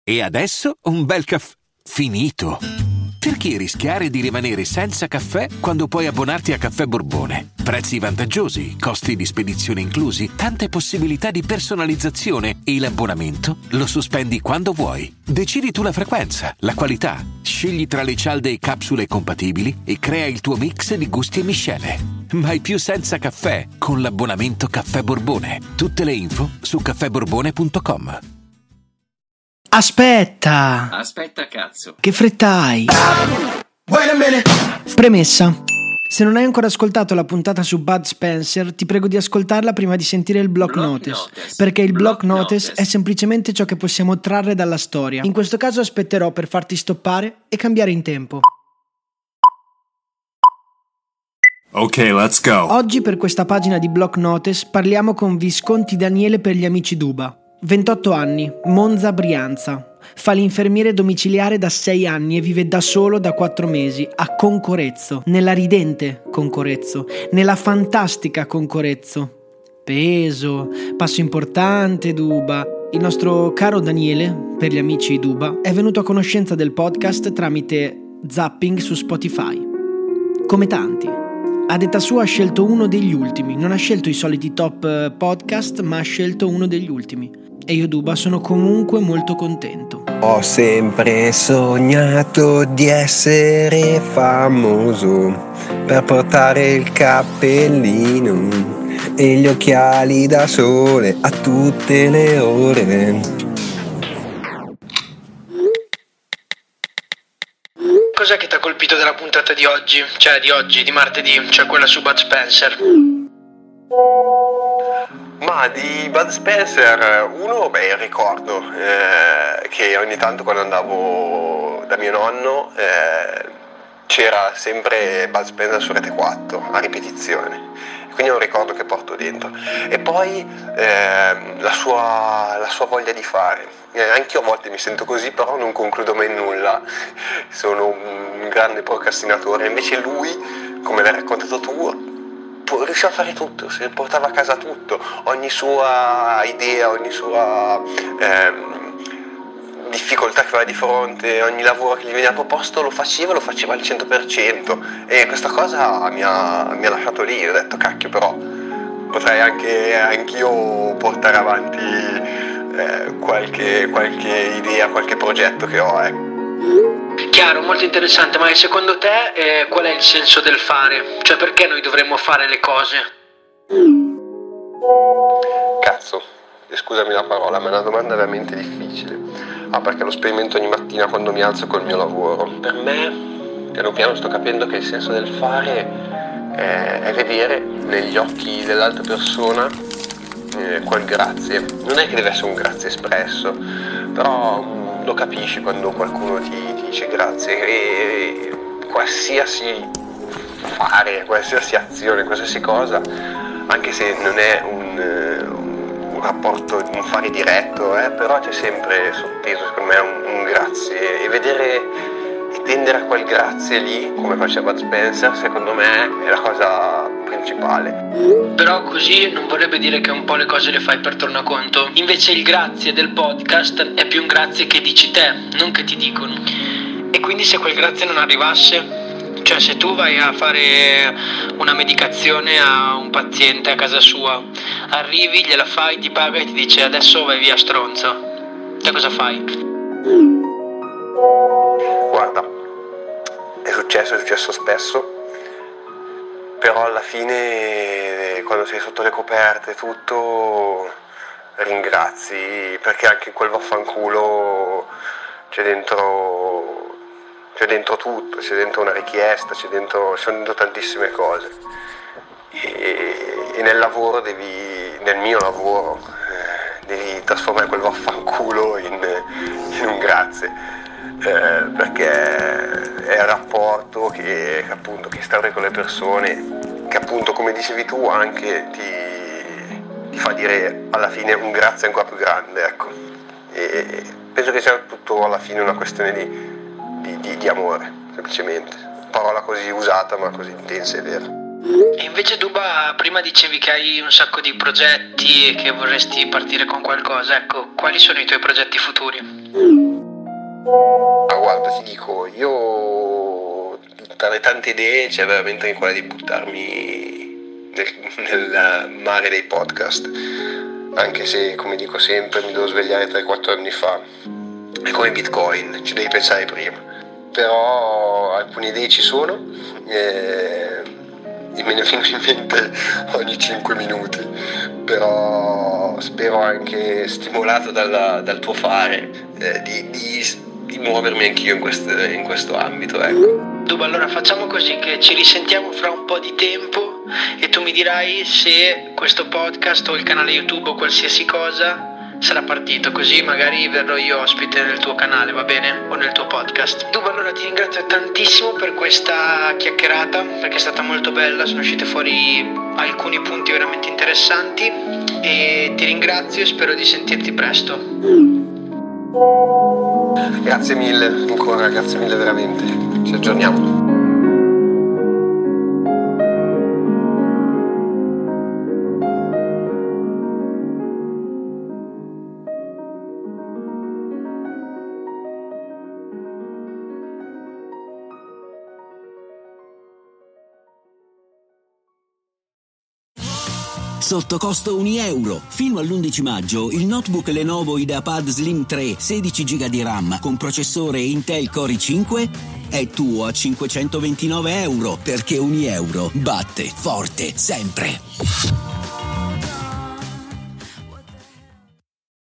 E adesso un bel caffè finito. Perché rischiare di rimanere senza caffè quando puoi abbonarti a Caffè Borbone? Prezzi vantaggiosi, costi di spedizione inclusi, tante possibilità di personalizzazione e l'abbonamento lo sospendi quando vuoi. Decidi tu la frequenza, la qualità, scegli tra le cialde e capsule compatibili e crea il tuo mix di gusti e miscele. Mai più senza caffè con l'abbonamento Caffè Borbone. Tutte le info su caffèborbone.com. Aspetta, cazzo. che fretta hai? Premessa. Se non hai ancora ascoltato la puntata su Bud Spencer, ti prego di ascoltarla prima di sentire il Block Notice, perché il Block Notice è semplicemente ciò che possiamo trarre dalla storia. In questo caso aspetterò per farti stoppare e cambiare in tempo. Ok, let's go. Oggi per questa pagina di Block Notice parliamo con Visconti Daniele per gli amici Duba. 28 anni, Monza, Brianza. Fa l'infermiere domiciliare da 6 anni e vive da solo da 4 mesi a Concorezzo, nella ridente Concorezzo, nella fantastica Concorezzo. Peso, passo importante Duba. Il nostro caro Daniele, per gli amici Duba, è venuto a conoscenza del podcast tramite zapping su Spotify. Come tanti. A detta sua ha scelto uno degli ultimi, non ha scelto i soliti top podcast, ma ha scelto uno degli ultimi. E io Duba sono comunque molto contento. Ho sempre sognato di essere famoso per portare il cappellino e gli occhiali da sole a tutte le ore. Cos'è che ti ha colpito della puntata di oggi? Cioè di martedì, cioè quella su Bud Spencer? Ma di Bud Spencer, il ricordo che ogni tanto quando andavo da mio nonno c'era sempre Bud Spencer su Rete 4 a ripetizione, quindi è un ricordo che porto dentro. E poi la sua voglia di fare. Anche io a volte mi sento così, però non concludo mai nulla, sono un grande procrastinatore. Invece lui, come l'hai raccontato tu, riusciva a fare tutto, si portava a casa tutto, ogni sua idea, ogni sua difficoltà che aveva di fronte, ogni lavoro che gli veniva proposto lo faceva al 100%, e questa cosa mi ha lasciato lì. Ho detto cacchio, però potrei anch'io portare avanti qualche idea, qualche progetto che ho, Chiaro, molto interessante, ma secondo te qual è il senso del fare? Cioè perché noi dovremmo fare le cose? Cazzo, scusami la parola, ma è una domanda veramente difficile. Perché lo sperimento ogni mattina quando mi alzo col mio lavoro. Per me, piano piano sto capendo che il senso del fare è vedere negli occhi dell'altra persona quel grazie. Non è che deve essere un grazie espresso, però lo capisci quando qualcuno ti dice grazie, e qualsiasi fare, qualsiasi azione, qualsiasi cosa, anche se non è un rapporto, un fare diretto, però c'è sempre sotteso secondo me un grazie, e vedere e tendere a quel grazie lì, come faceva Bud Spencer, secondo me è la cosa principale. Però così non vorrebbe dire che un po' le cose le fai per tornaconto. Invece il grazie del podcast è più un grazie che dici te, non che ti dicono. E quindi se quel grazie non arrivasse, cioè se tu vai a fare una medicazione a un paziente a casa sua, arrivi, gliela fai, ti paga e ti dice adesso vai via stronzo, te cosa fai? Guarda, è successo spesso, però alla fine quando sei sotto le coperte tutto ringrazi, perché anche in quel vaffanculo c'è dentro tutto, c'è dentro una richiesta, ci sono dentro tantissime cose, e nel mio lavoro devi trasformare quel vaffanculo in un grazie, perché è il rapporto che instauri con le persone, che appunto, come dicevi tu, anche ti fa dire alla fine un grazie ancora più grande, ecco. E penso che sia tutto alla fine una questione di amore, semplicemente. Parola così usata ma così intensa e vera. E invece Duba, prima dicevi che hai un sacco di progetti e che vorresti partire con qualcosa, ecco, quali sono i tuoi progetti futuri? Ma guarda, ti dico, io tra le tante idee c'è veramente quella di buttarmi nel mare dei podcast, anche se, come dico sempre, mi devo svegliare 3-4 anni fa. È come Bitcoin, ci devi pensare prima. Però alcune idee ci sono e me ne vengono in mente ogni 5 minuti, però spero anche, stimolato dal tuo fare, di muovermi anch'io in questo ambito, ecco. Duba, allora facciamo così, che ci risentiamo fra un po' di tempo e tu mi dirai se questo podcast o il canale YouTube o qualsiasi cosa sarà partito, così magari verrò io ospite nel tuo canale, va bene? O nel tuo podcast. Duba, allora ti ringrazio tantissimo per questa chiacchierata, perché è stata molto bella, sono uscite fuori alcuni punti veramente interessanti e ti ringrazio e spero di sentirti presto. Grazie mille ancora, grazie mille veramente, ci aggiorniamo. Sotto costo €1. Fino all'11 maggio il notebook Lenovo IdeaPad Slim 3 16 GB di RAM con processore Intel Core i5 è tuo a €529, perché €1 batte forte sempre.